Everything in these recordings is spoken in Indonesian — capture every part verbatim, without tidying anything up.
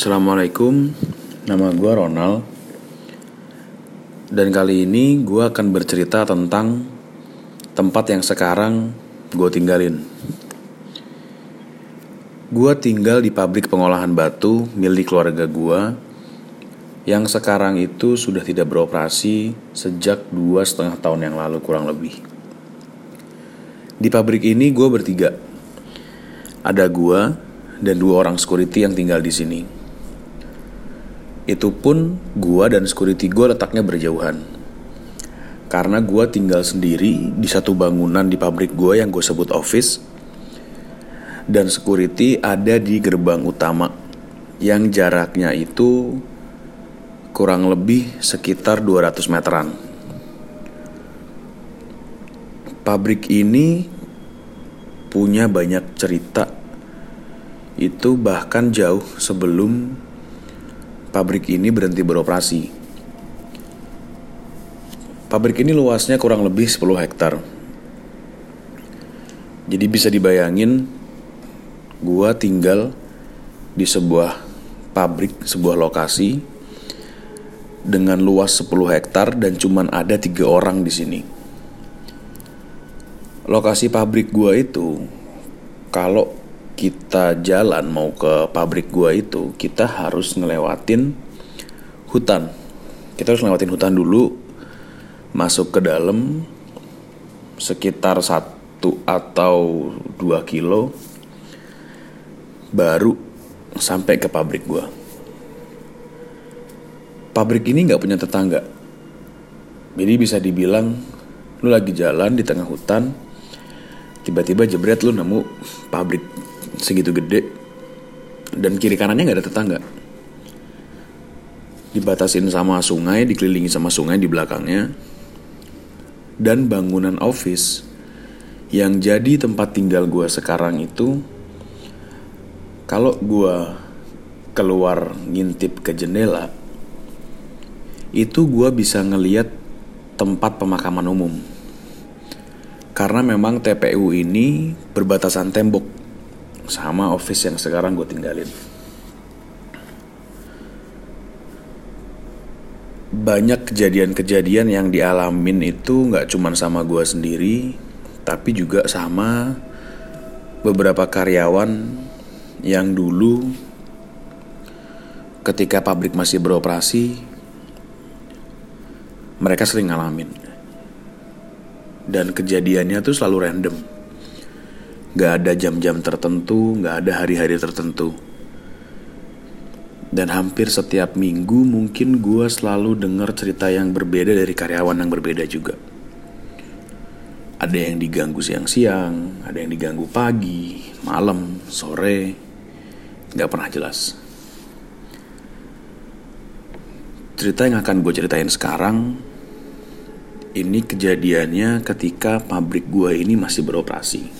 Assalamualaikum, nama gue Ronald. Dan kali ini gue akan bercerita tentang tempat yang sekarang gue tinggalin. Gue tinggal di pabrik pengolahan batu milik keluarga gue, yang sekarang itu sudah tidak beroperasi sejak dua setengah tahun yang lalu kurang lebih. Di pabrik ini gue bertiga. Ada gue dan dua orang security yang tinggal di sini. Itu pun gua dan security gua letaknya berjauhan, karena gua tinggal sendiri di satu bangunan di pabrik gua yang gua sebut office, dan security ada di gerbang utama yang jaraknya itu kurang lebih sekitar dua ratus meteran. Pabrik ini punya banyak cerita, itu bahkan jauh sebelum pabrik ini berhenti beroperasi. Pabrik ini luasnya kurang lebih sepuluh hektar. Jadi bisa dibayangin, gua tinggal di sebuah pabrik, sebuah lokasi dengan luas sepuluh hektar dan cuman ada tiga orang di sini. Lokasi pabrik gua itu, kalau kita jalan mau ke pabrik gua itu, kita harus ngelewatin hutan. Kita harus ngelewatin hutan dulu, masuk ke dalam sekitar satu atau dua kilo, baru sampai ke pabrik gua. Pabrik ini gak punya tetangga. Jadi bisa dibilang lu lagi jalan di tengah hutan, tiba-tiba jebret lu nemu pabrik segitu gede, dan kiri kanannya gak ada tetangga. Dibatasin sama sungai, dikelilingi sama sungai di belakangnya. Dan bangunan office yang jadi tempat tinggal gue sekarang itu, kalau gue keluar ngintip ke jendela, itu gue bisa ngeliat tempat pemakaman umum. Karena memang T P U ini berbatasan tembok sama office yang sekarang gue tinggalin. Banyak kejadian-kejadian yang dialamin itu gak cuman sama gue sendiri, tapi juga sama beberapa karyawan yang dulu ketika pabrik masih beroperasi, mereka sering ngalamin. Dan kejadiannya tuh selalu random. Gak ada jam-jam tertentu, gak ada hari-hari tertentu. Dan hampir setiap minggu mungkin gue selalu dengar cerita yang berbeda dari karyawan yang berbeda juga. Ada yang diganggu siang-siang, ada yang diganggu pagi, malam, sore, gak pernah jelas. Cerita yang akan gue ceritain sekarang, ini kejadiannya ketika pabrik gue ini masih beroperasi.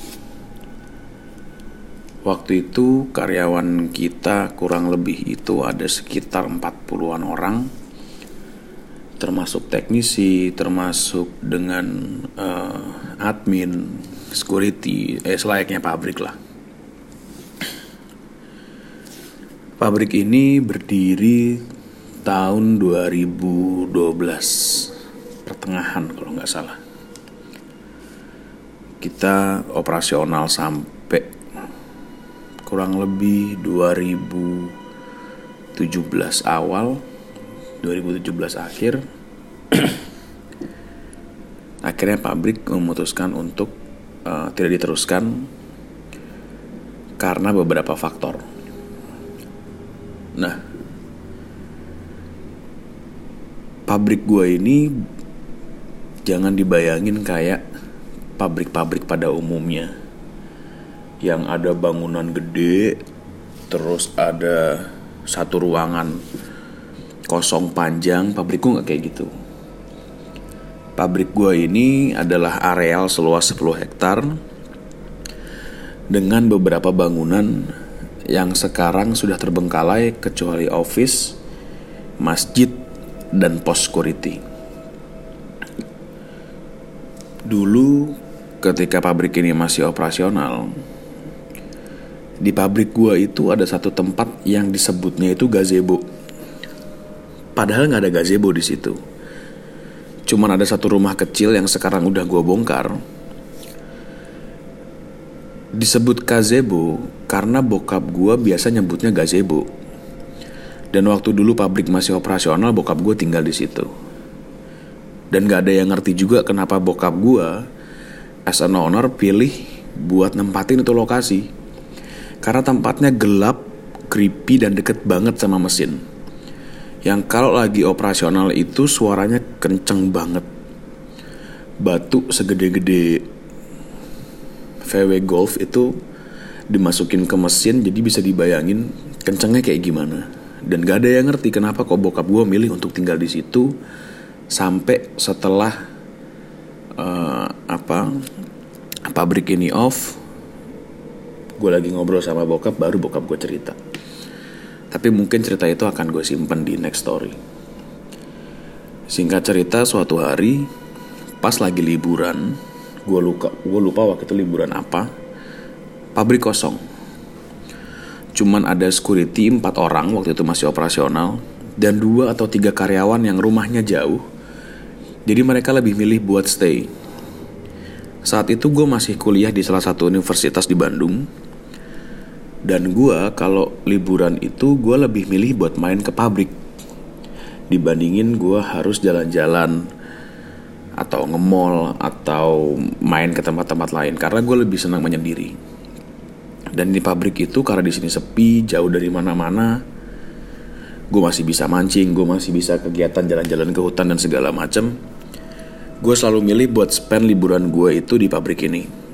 Waktu itu karyawan kita kurang lebih itu ada sekitar empat puluhan orang, termasuk teknisi, termasuk dengan uh, admin, security, eh selayaknya pabrik lah. Pabrik ini berdiri tahun dua ribu dua belas, pertengahan kalau gak salah. Kita operasional sampai kurang lebih dua ribu tujuh belas awal, dua ribu tujuh belas akhir. Akhirnya pabrik memutuskan untuk uh, tidak diteruskan karena beberapa faktor. Nah, pabrik gue ini jangan dibayangin kayak pabrik-pabrik pada umumnya, yang ada bangunan gede, terus ada satu ruangan kosong panjang. Pabrik gue gak kayak gitu. Pabrik gue ini adalah areal seluas sepuluh hektar dengan beberapa bangunan yang sekarang sudah terbengkalai kecuali office, masjid, dan pos security. Dulu ketika pabrik ini masih operasional, di pabrik gue itu ada satu tempat yang disebutnya itu gazebo. Padahal nggak ada gazebo di situ. Cuman ada satu rumah kecil yang sekarang udah gue bongkar. Disebut gazebo karena bokap gue biasa nyebutnya gazebo. Dan waktu dulu pabrik masih operasional, bokap gue tinggal di situ. Dan nggak ada yang ngerti juga kenapa bokap gue as an owner pilih buat nempatin itu lokasi. Karena tempatnya gelap, creepy, dan deket banget sama mesin. Yang kalau lagi operasional itu suaranya kenceng banget. Batu segede-gede V W golf itu dimasukin ke mesin, jadi bisa dibayangin kencengnya kayak gimana. Dan gak ada yang ngerti kenapa kok bokap gue milih untuk tinggal di situ sampai setelah uh, apa pabrik ini off. Gue lagi ngobrol sama bokap, baru bokap gue cerita. Tapi mungkin cerita itu akan gue simpen di next story. Singkat cerita, suatu hari pas lagi liburan, gue lupa, gue lupa waktu itu liburan apa, pabrik kosong. Cuman ada security empat orang waktu itu masih operasional, dan dua atau tiga karyawan yang rumahnya jauh. Jadi mereka lebih milih buat stay. Saat itu gue masih kuliah di salah satu universitas di Bandung. Dan gue kalau liburan itu gue lebih milih buat main ke pabrik dibandingin gue harus jalan-jalan atau nge-mall atau main ke tempat-tempat lain, karena gue lebih senang menyendiri. Dan di pabrik itu karena di sini sepi, jauh dari mana-mana, gue masih bisa mancing, gue masih bisa kegiatan jalan-jalan ke hutan dan segala macem. Gue selalu milih buat spend liburan gue itu di pabrik ini.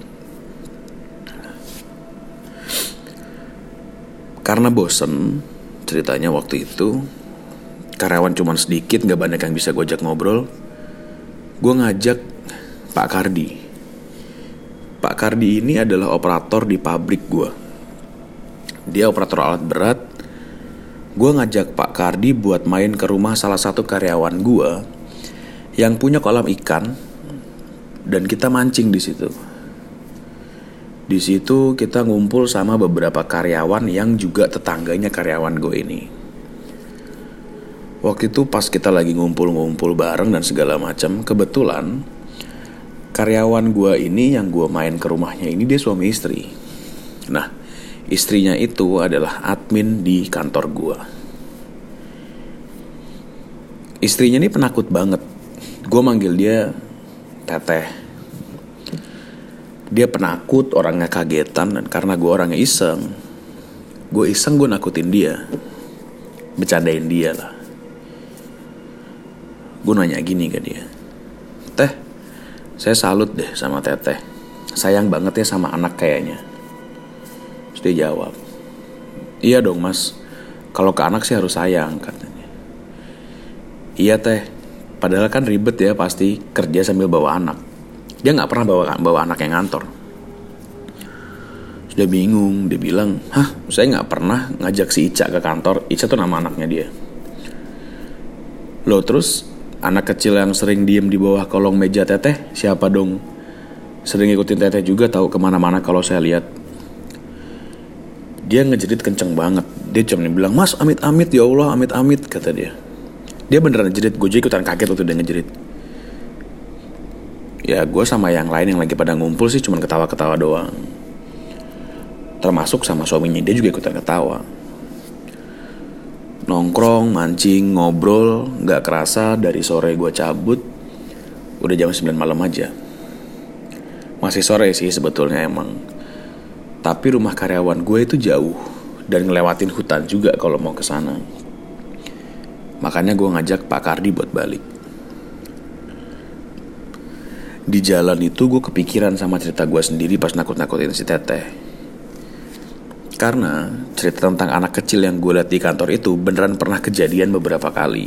Karena bosen ceritanya waktu itu, karyawan cuma sedikit, gak banyak yang bisa gue ajak ngobrol. Gue ngajak Pak Kardi. Pak Kardi ini adalah operator di pabrik gue. Dia operator alat berat. Gue ngajak Pak Kardi buat main ke rumah salah satu karyawan gue yang punya kolam ikan, dan kita mancing di situ. Di situ kita ngumpul sama beberapa karyawan yang juga tetangganya karyawan gue ini. Waktu itu pas kita lagi ngumpul-ngumpul bareng dan segala macam, kebetulan karyawan gue ini yang gue main ke rumahnya ini dia suami istri. Nah, istrinya itu adalah admin di kantor gue. Istrinya ini penakut banget. Gue manggil dia Teteh. Dia penakut, orangnya kagetan, dan karena gue orangnya iseng, gue iseng gue nakutin dia, bercandain dia lah. Gue nanya gini ke dia, Teh, saya salut deh sama Teteh, sayang banget ya sama anak kayaknya. Terus dia jawab, iya dong mas, kalau ke anak sih harus sayang, katanya. Iya Teh, padahal kan ribet ya pasti kerja sambil bawa anak. Dia gak pernah bawa, bawa anak yang ngantor. Sudah bingung, dia bilang, hah, saya gak pernah ngajak si Ica ke kantor. Ica tuh nama anaknya dia. Loh terus anak kecil yang sering diem di bawah kolong meja Teteh siapa dong? Sering ikutin Teteh juga, tahu kemana-mana kalau saya lihat. Dia ngejerit kenceng banget. Dia cuma bilang, mas amit-amit ya Allah, amit-amit, kata dia. Dia beneran ngejerit, gue juga ikutan kaget waktu dia ngejerit. Ya gue sama yang lain yang lagi pada ngumpul sih cuman ketawa-ketawa doang. Termasuk sama suaminya, dia juga ikutan ketawa. Nongkrong, mancing, ngobrol, gak kerasa dari sore gue cabut, udah jam sembilan malam aja. Masih sore sih sebetulnya emang. Tapi rumah karyawan gue itu jauh dan ngelewatin hutan juga kalau mau kesana. Makanya gue ngajak Pak Kardi buat balik. Di jalan itu gue kepikiran sama cerita gue sendiri pas nakut-nakutin si Teteh. Karena cerita tentang anak kecil yang gue liat di kantor itu beneran pernah kejadian beberapa kali.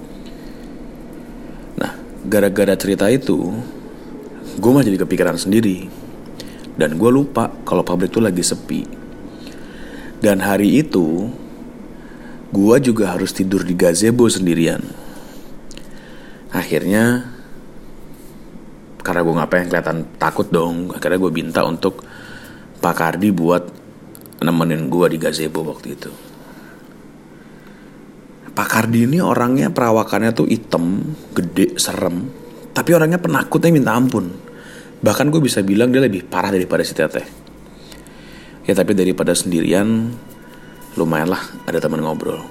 Nah, gara-gara cerita itu, gue malah jadi kepikiran sendiri. Dan gue lupa kalau pabrik itu lagi sepi. Dan hari itu, gue juga harus tidur di gazebo sendirian. Akhirnya, karena gue gak pengen kelihatan takut dong, akhirnya gue minta untuk Pak Kardi buat nemenin gue di gazebo waktu itu. Pak Kardi ini orangnya, perawakannya tuh hitam, gede, serem, tapi orangnya penakutnya minta ampun. Bahkan gue bisa bilang dia lebih parah daripada si Teteh. Ya tapi daripada sendirian, lumayan lah ada teman ngobrol.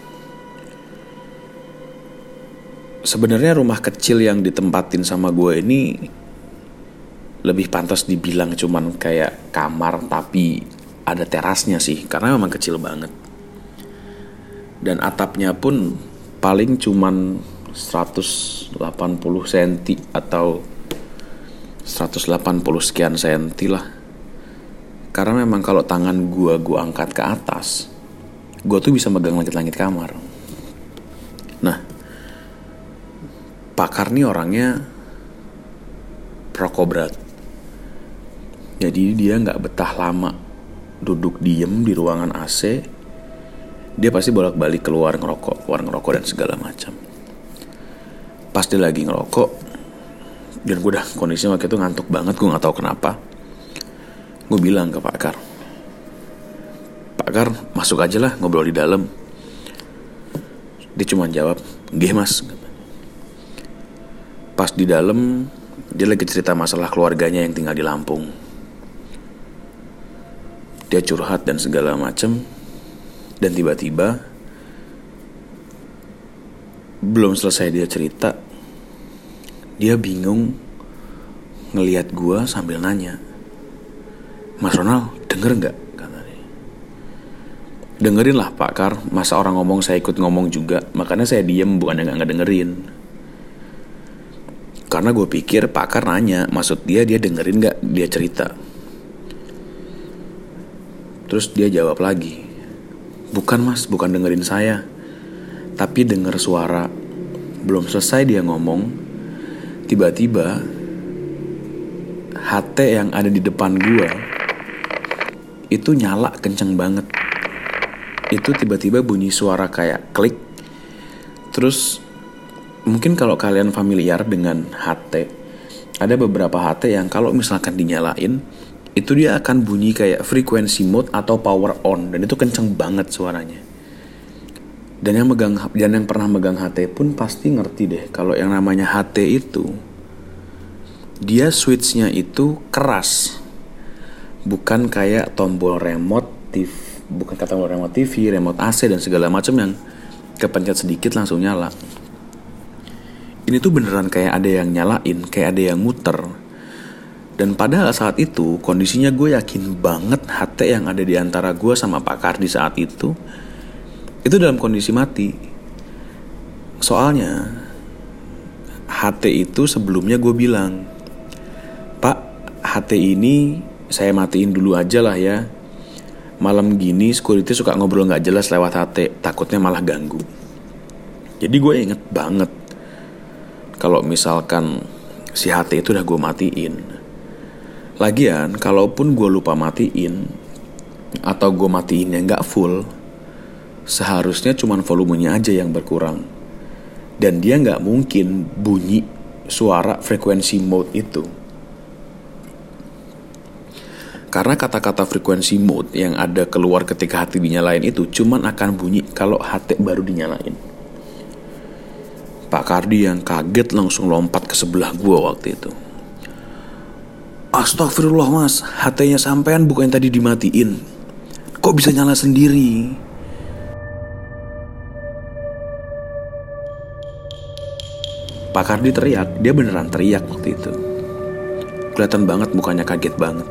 Sebenarnya rumah kecil yang ditempatin sama gue ini lebih pantas dibilang cuman kayak kamar tapi ada terasnya sih, karena memang kecil banget. Dan atapnya pun paling cuman seratus delapan puluh sentimeter atau seratus delapan puluh sekian senti lah. Karena memang kalau tangan gue gue angkat ke atas, gue tuh bisa megang langit-langit kamar. Nah, Pak Karni orangnya perokok berat. Jadi dia gak betah lama duduk diem di ruangan A C. Dia pasti bolak-balik keluar ngerokok, keluar ngerokok dan segala macam. Pas dia lagi ngerokok, dan gue udah kondisinya waktu itu ngantuk banget, gue gak tahu kenapa. Gue bilang ke Pak Kar, Pak Kar masuk aja lah ngobrol di dalam. Dia cuma jawab, "Nggih mas." Pas di dalam, dia lagi cerita masalah keluarganya yang tinggal di Lampung. Dia curhat dan segala macem. Dan tiba-tiba belum selesai dia cerita, dia bingung ngelihat gue sambil nanya, "Mas Ronald, denger gak?" katanya. "Dengerin lah Pak Kar, masa orang ngomong saya ikut ngomong juga." Makanya saya diem, bukannya gak ngedengerin. Karena gue pikir Pak Kar nanya, maksud dia dia dengerin gak dia cerita. Terus dia jawab lagi, "Bukan mas, bukan dengerin saya, tapi denger suara." Belum selesai dia ngomong, tiba-tiba H T yang ada di depan gua itu nyala kenceng banget. Itu tiba-tiba bunyi suara kayak klik. Terus mungkin kalau kalian familiar dengan H T, ada beberapa H T yang kalau misalkan dinyalain, itu dia akan bunyi kayak frequency mode atau power on, dan itu kenceng banget suaranya. Dan yang megang dan yang pernah megang H T pun pasti ngerti deh kalau yang namanya H T itu dia switchnya itu keras. Bukan kayak tombol remote T V, bukan kata tombol remote T V, remote A C dan segala macam yang kepencet sedikit langsung nyala. Ini tuh beneran kayak ada yang nyalain, kayak ada yang muter. Dan padahal saat itu kondisinya gue yakin banget H T yang ada di antara gue sama Pak Kardi saat itu itu dalam kondisi mati. Soalnya H T itu sebelumnya gue bilang, "Pak, H T ini saya matiin dulu aja lah ya. Malam gini security suka ngobrol gak jelas lewat H T, takutnya malah ganggu." Jadi gue inget banget kalau misalkan si H T itu udah gue matiin. Lagian, kalaupun gue lupa matiin atau gue matiinnya nggak full, seharusnya cuman volumenya aja yang berkurang, dan dia nggak mungkin bunyi suara frekuensi mode itu. Karena kata-kata frekuensi mode yang ada keluar ketika H T dinyalain itu cuman akan bunyi kalau H T baru dinyalain. Pak Kardi yang kaget langsung lompat ke sebelah gue waktu itu. "Astagfirullah mas, H T-nya sampean bukan yang tadi dimatiin. Kok bisa nyala sendiri?" Pak Kardi teriak, dia beneran teriak waktu itu. Kelihatan banget mukanya kaget banget.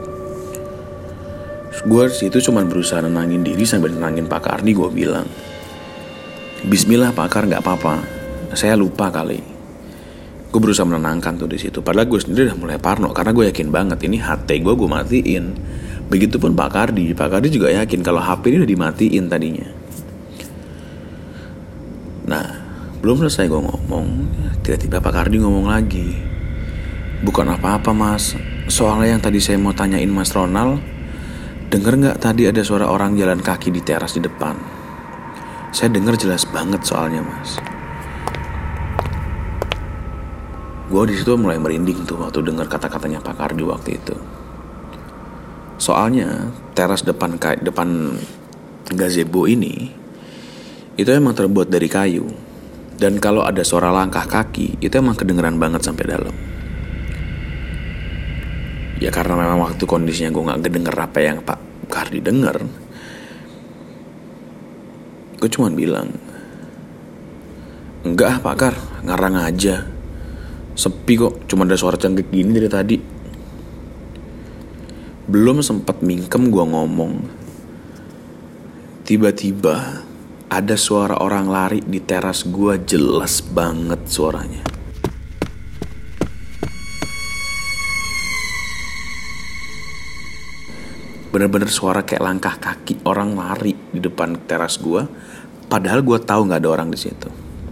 Gue situ cuma berusaha nenangin diri sambil nenangin Pak Kardi. Gue bilang, "Bismillah Pak Kar, gak apa-apa. Saya lupa kali." Gue berusaha menenangkan tuh di situ. Padahal gue sendiri udah mulai parno karena gue yakin banget ini H T gue gue matiin. Begitupun Pak Kardi. Pak Kardi juga yakin kalau H P ini udah dimatiin tadinya. Nah, belum selesai gue ngomong, tiba-tiba Pak Kardi ngomong lagi, "Bukan apa-apa mas, soalnya yang tadi saya mau tanyain Mas Ronald, denger gak tadi ada suara orang jalan kaki di teras di depan? Saya denger jelas banget soalnya mas." Gue di situ mulai merinding tuh waktu dengar kata-katanya Pak Kardi waktu itu. Soalnya teras depan depan gazebo ini itu emang terbuat dari kayu. Dan kalau ada suara langkah kaki, itu emang kedengeran banget sampai dalam. Ya karena memang waktu kondisinya gue gak kedenger apa yang Pak Kardi denger, gue cuma bilang, enggak ah Pak Kar, ngarang aja. Sepi kok, cuma ada suara cengkek gini dari tadi. Belum sempat mingkem gue ngomong, tiba-tiba ada suara orang lari di teras gue, jelas banget suaranya. Bener-bener suara kayak langkah kaki orang lari di depan teras gue, padahal gue tahu nggak ada orang di situ.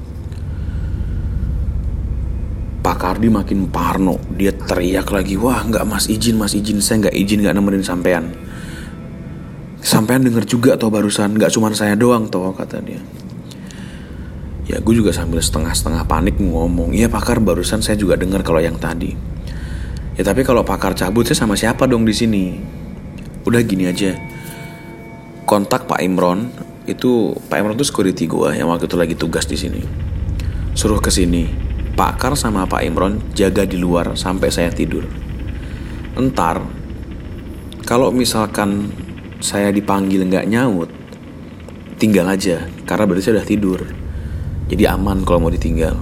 Pak Kardi makin parno, dia teriak lagi, wah nggak mas izin mas izin, saya nggak izin nggak nemenin sampean. Sampean denger juga toh barusan, nggak cuma saya doang toh, kata dia. Ya gue juga sambil setengah-setengah panik ngomong, iya Pak Kar barusan saya juga dengar kalau yang tadi. Ya tapi kalau Pak Kar cabut saya sama siapa dong di sini? Udah gini aja, kontak Pak Imron. Itu Pak Imron tuh security gue yang waktu itu lagi tugas di sini. Suruh ke sini. Pak Kar sama Pak Imron jaga di luar sampai saya tidur. Entar kalau misalkan saya dipanggil nggak nyaut, tinggal aja karena berarti saya udah tidur. Jadi aman kalau mau ditinggal.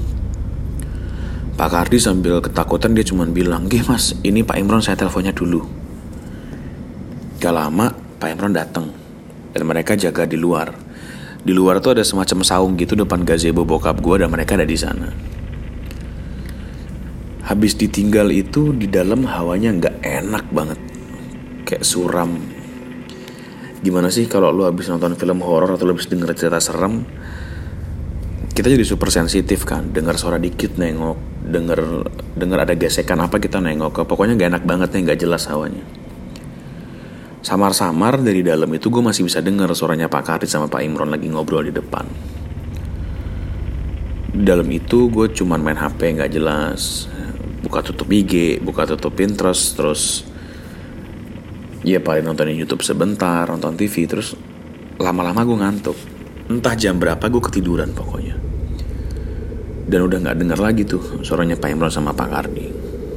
Pak Kardi sambil ketakutan dia cuma bilang, "Gih mas, ini Pak Imron saya teleponnya dulu." Gak lama Pak Imron datang dan mereka jaga di luar. Di luar tuh ada semacam saung gitu depan gazebo bokap gue dan mereka ada di sana. Habis ditinggal itu di dalam hawanya nggak enak banget, kayak suram. Gimana sih kalau lu habis nonton film horor atau lu habis denger cerita serem, kita jadi super sensitif kan, dengar suara dikit nengok, denger denger ada gesekan apa kita nengok, pokoknya nggak enak banget nih, nggak jelas hawanya. Samar-samar dari dalam itu gue masih bisa dengar suaranya Pak Kardi sama Pak Imron lagi ngobrol di depan. Di dalam itu gue cuman main H P gak jelas, buka tutup I G, buka tutup Pinterest, terus ya paling nontonin YouTube sebentar, nonton T V, terus lama-lama gue ngantuk. Entah jam berapa gue ketiduran pokoknya. Dan udah gak dengar lagi tuh suaranya Pak Imron sama Pak Kardi.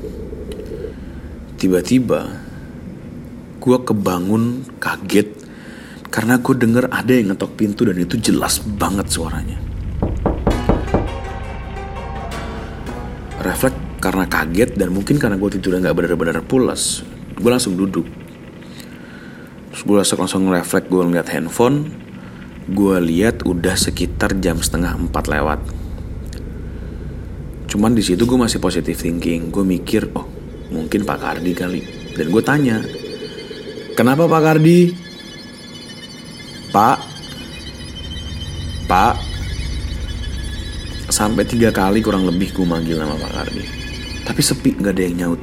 Tiba-tiba gue kebangun kaget karena gue denger ada yang ngetok pintu dan itu jelas banget suaranya. Refleks karena kaget dan mungkin karena gue tidurnya gak benar-benar pulas, gue langsung duduk. Terus gue langsung langsung refleks, gue ngeliat handphone. Gue lihat udah sekitar jam setengah empat lewat. Cuman di situ gue masih positive thinking. Gue mikir, oh mungkin Pak Kardi kali. Dan gue tanya, kenapa Pak Kardi? Pak? Pak? Sampai tiga kali kurang lebih gue manggil nama Pak Kardi. Tapi sepi, gak ada yang nyaut.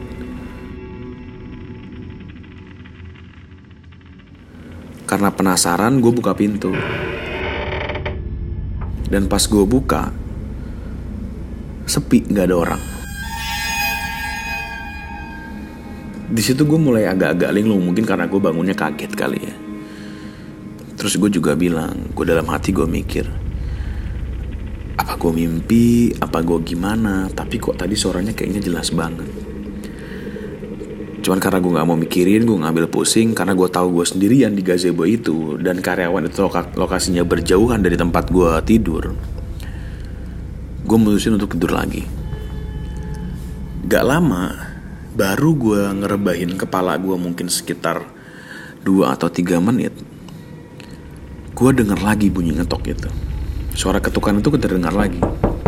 Karena penasaran gue buka pintu. Dan pas gue buka, sepi, gak ada orang. Di situ gue mulai agak-agak linglung, mungkin karena gue bangunnya kaget kali ya. Terus gue juga bilang, gue dalam hati gue mikir, apa gue mimpi, apa gue gimana, tapi kok tadi suaranya kayaknya jelas banget. Cuman karena gue gak mau mikirin, gue ngambil pusing, karena gue tahu gue sendirian di gazebo itu dan karyawan itu loka- lokasinya berjauhan dari tempat gue tidur. Gue mutusin untuk tidur lagi. Gak lama baru gue ngerebahin kepala gue mungkin sekitar dua atau tiga menit. Gue denger lagi bunyi ngetok itu. Suara ketukan itu kedengar lagi.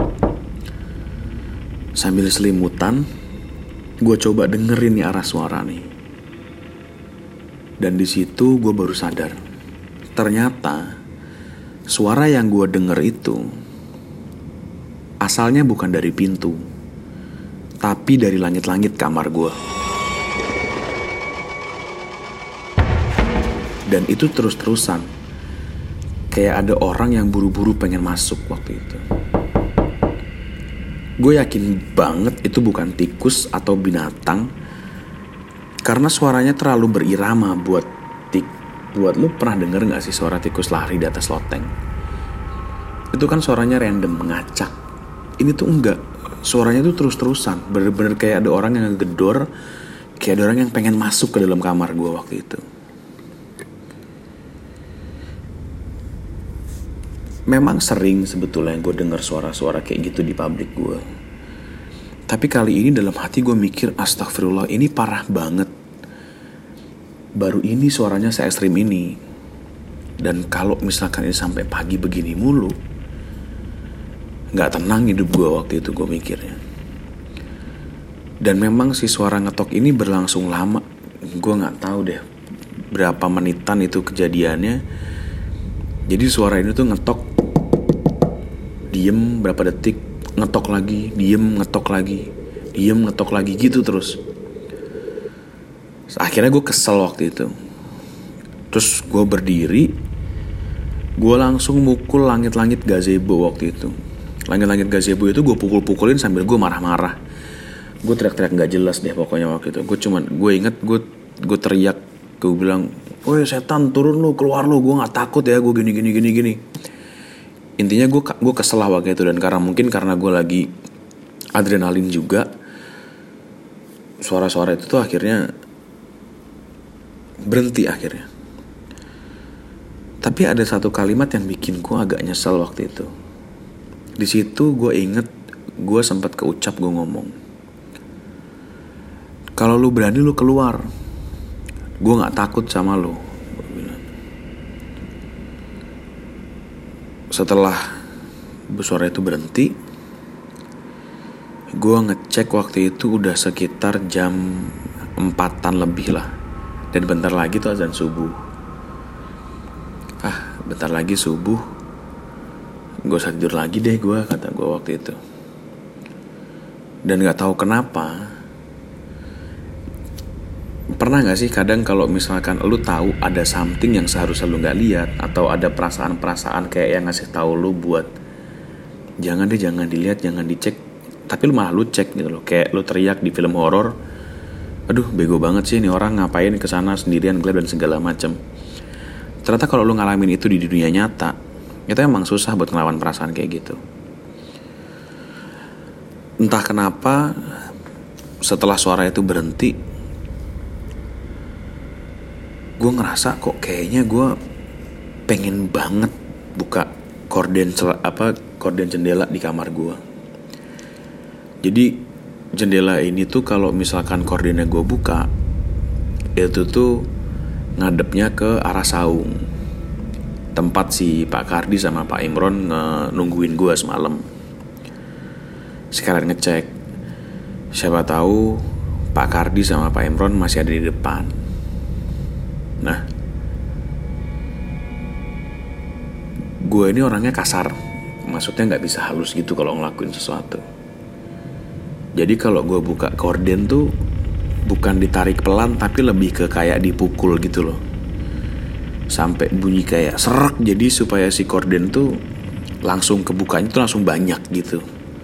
Sambil selimutan, gue coba dengerin nih arah suara nih. Dan di situ gue baru sadar, ternyata suara yang gue denger itu asalnya bukan dari pintu, tapi dari langit-langit kamar gue. Dan itu terus-terusan, kayak ada orang yang buru-buru pengen masuk waktu itu. Gue yakin banget itu bukan tikus atau binatang, Karena suaranya terlalu berirama buat tik buat lu pernah denger nggak sih suara tikus lari di atas loteng? Itu kan suaranya random, ngacak. Ini tuh enggak, suaranya tuh terus-terusan, bener-bener kayak ada orang yang ngegedor, kayak ada orang yang pengen masuk ke dalam kamar gue waktu itu. Memang sering sebetulnya gue denger suara-suara kayak gitu di pabrik gue. Tapi kali ini dalam hati gue mikir, astagfirullah, ini parah banget. Baru ini suaranya se-ekstrim ini. Dan kalau misalkan ini sampai pagi begini mulu, gak tenang hidup gue waktu itu, gue mikirnya. Dan memang si suara ngetok ini berlangsung lama. Gue gak tahu deh berapa menitan itu kejadiannya. Jadi suara ini tuh ngetok, diem berapa detik, ngetok lagi, diem, ngetok lagi, diem, ngetok lagi, gitu terus. Akhirnya gue kesel waktu itu. Terus gue berdiri, gue langsung mukul langit-langit gazebo waktu itu. Langit-langit gazebo itu gue pukul-pukulin sambil gue marah-marah. Gue teriak-teriak gak jelas deh pokoknya waktu itu. Gue cuman, gue inget gue gue teriak, gue bilang, woi setan turun lu, keluar lu, gue gak takut ya, gue gini gini gini gini. Intinya gue gue kesel lah waktu itu. Dan karena mungkin karena gue lagi adrenalin juga, suara-suara itu tuh akhirnya berhenti akhirnya. Tapi ada satu kalimat yang bikin gue agak nyesel waktu itu. Di situ gue inget, gue sempat keucap, gue ngomong, kalau lu berani lu keluar, gue nggak takut sama lu. Setelah suara itu berhenti, gue ngecek waktu itu udah sekitar jam empatan lebih lah. Dan bentar lagi tuh azan subuh. Ah, bentar lagi subuh, gue usah tidur lagi deh gue, kata gue waktu itu. Dan gak tahu kenapa, pernah gak sih kadang kalau misalkan lu tahu ada something yang seharusnya lu gak lihat, atau ada perasaan-perasaan kayak yang ngasih tahu lu buat jangan deh, jangan dilihat, jangan dicek, tapi lu malah lu cek gitu loh. Kayak lu teriak di film horor, aduh bego banget sih ini orang ngapain kesana sendirian gelap dan segala macam. Ternyata kalau lu ngalamin itu di dunia nyata, itu emang susah buat ngelawan perasaan kayak gitu. Entah kenapa setelah suara itu berhenti, gue ngerasa kok kayaknya gue pengen banget buka korden cel- apa korden jendela di kamar gue. Jadi jendela ini tuh kalau misalkan kordennya gue buka, itu tuh ngadepnya ke arah saung, tempat si Pak Kardi sama Pak Imron nungguin gue semalam. Sekalian ngecek, siapa tahu Pak Kardi sama Pak Imron masih ada di depan. Nah, gue ini orangnya kasar, maksudnya nggak bisa halus gitu kalau ngelakuin sesuatu. Jadi kalau gue buka korden tuh bukan ditarik pelan, tapi lebih ke kayak dipukul gitu loh, sampai bunyi kayak serak. Jadi supaya si korden tuh langsung kebukanya tuh langsung banyak gitu.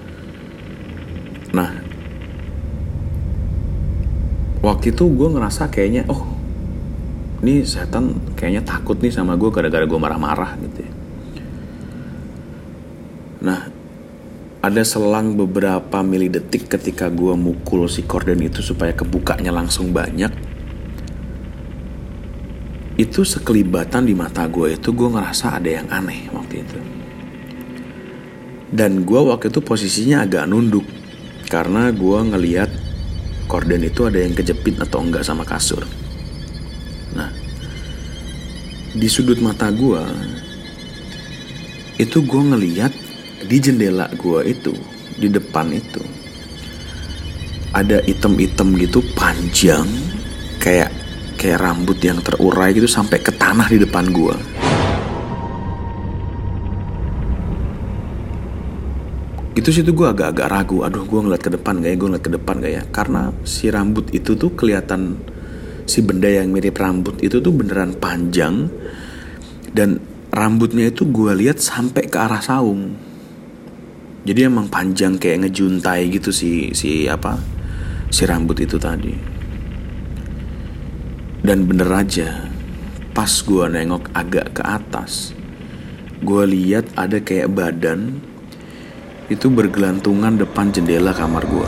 Nah, waktu itu gue ngerasa kayaknya, oh ini setan kayaknya takut nih sama gue gara-gara gue marah-marah gitu ya. Nah, ada selang beberapa milidetik ketika gue mukul si korden itu supaya kebukanya langsung banyak. Itu sekelibatan di mata gue itu gue ngerasa ada yang aneh waktu itu. Dan gue waktu itu posisinya agak nunduk, karena gue ngeliat korden itu ada yang kejepit atau enggak sama kasur. Nah, di sudut mata gue itu gue ngeliat di jendela gue itu, di depan itu ada item-item gitu panjang, kayak kayak rambut yang terurai gitu sampai ke tanah di depan gue. Itu situ gue agak-agak ragu, aduh gue ngeliat ke depan gak ya, gue ngeliat ke depan gak ya, karena si rambut itu tuh kelihatan, si benda yang mirip rambut itu tuh beneran panjang, dan rambutnya itu gue lihat sampai ke arah saung. Jadi emang panjang kayak ngejuntai gitu si si apa si rambut itu tadi. Dan bener aja, pas gue nengok agak ke atas, gue lihat ada kayak badan itu bergelantungan depan jendela kamar gue.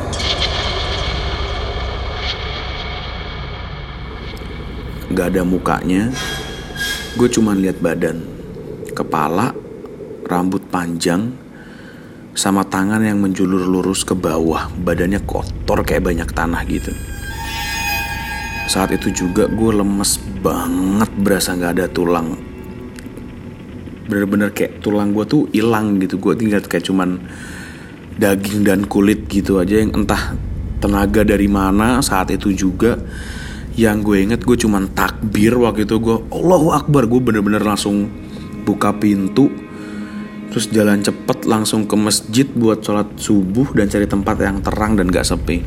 Gak ada mukanya, gue cuma lihat badan, kepala, rambut panjang, sama tangan yang menjulur lurus ke bawah. Badannya kotor kayak banyak tanah gitu. Saat itu juga gue lemes banget, berasa gak ada tulang. Bener-bener kayak tulang gue tuh hilang gitu. Gue tinggal kayak cuman daging dan kulit gitu aja, yang entah tenaga dari mana. Saat itu juga yang gue inget, gue cuman takbir waktu itu. Gue Allahu Akbar, gue bener-bener langsung buka pintu, terus jalan cepet langsung ke masjid buat sholat subuh dan cari tempat yang terang dan gak sepi.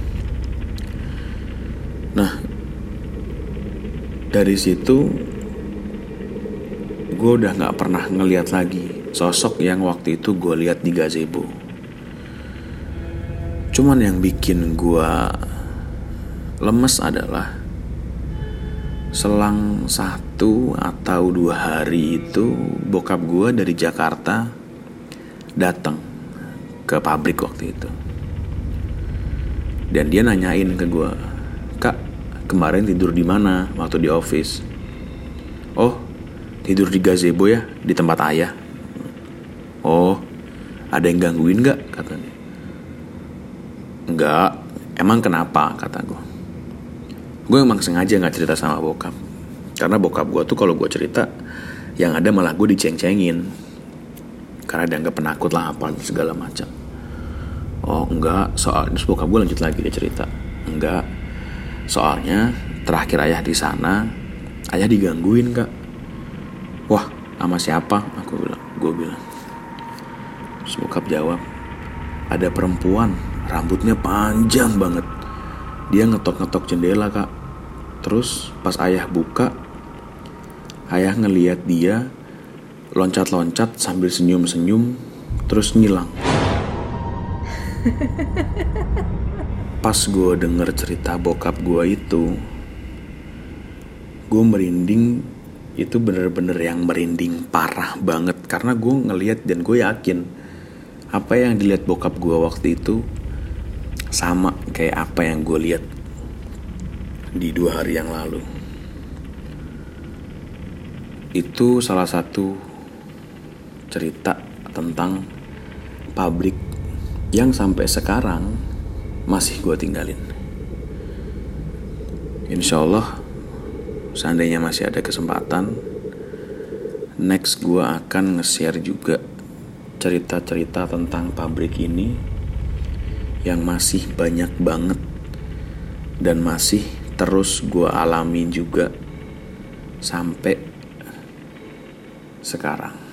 Nah, dari situ gue udah gak pernah ngeliat lagi sosok yang waktu itu gue lihat di gazebo. Cuman yang bikin gue lemes adalah selang satu atau dua hari itu bokap gue dari Jakarta datang ke pabrik waktu itu. Dan dia nanyain ke gue, "Kak, kemarin tidur di mana waktu di office?" "Oh, tidur di gazebo ya, di tempat ayah." "Oh, ada yang gangguin gak?" katanya. "Enggak, emang kenapa?" kata gue. Gue emang sengaja gak cerita sama bokap, karena bokap gue tuh kalau gue cerita, yang ada malah gue diceng-cengin, karena dianggap penakut lah apa segala macam. "Oh enggak, soal..." Terus bokap gue lanjut lagi, dia cerita, "Enggak, soalnya terakhir ayah di sana, ayah digangguin kak." "Wah, sama siapa?" Aku bilang, gue bilang. Terus bokap jawab, "Ada perempuan, rambutnya panjang banget. Dia ngetok-ngetok jendela kak. Terus pas ayah buka, ayah ngeliat dia loncat-loncat sambil senyum-senyum, terus ngilang." Pas gue denger cerita bokap gue itu, gue merinding. Itu bener-bener yang merinding parah banget, karena gue ngeliat dan gue yakin apa yang dilihat bokap gue waktu itu sama kayak apa yang gue lihat di dua hari yang lalu. Itu salah satu cerita tentang pabrik yang sampai sekarang masih gue tinggalin. Insya Allah, seandainya masih ada kesempatan, next gue akan nge-share juga cerita-cerita tentang pabrik ini yang masih banyak banget dan masih terus gue alami juga sampai sekarang.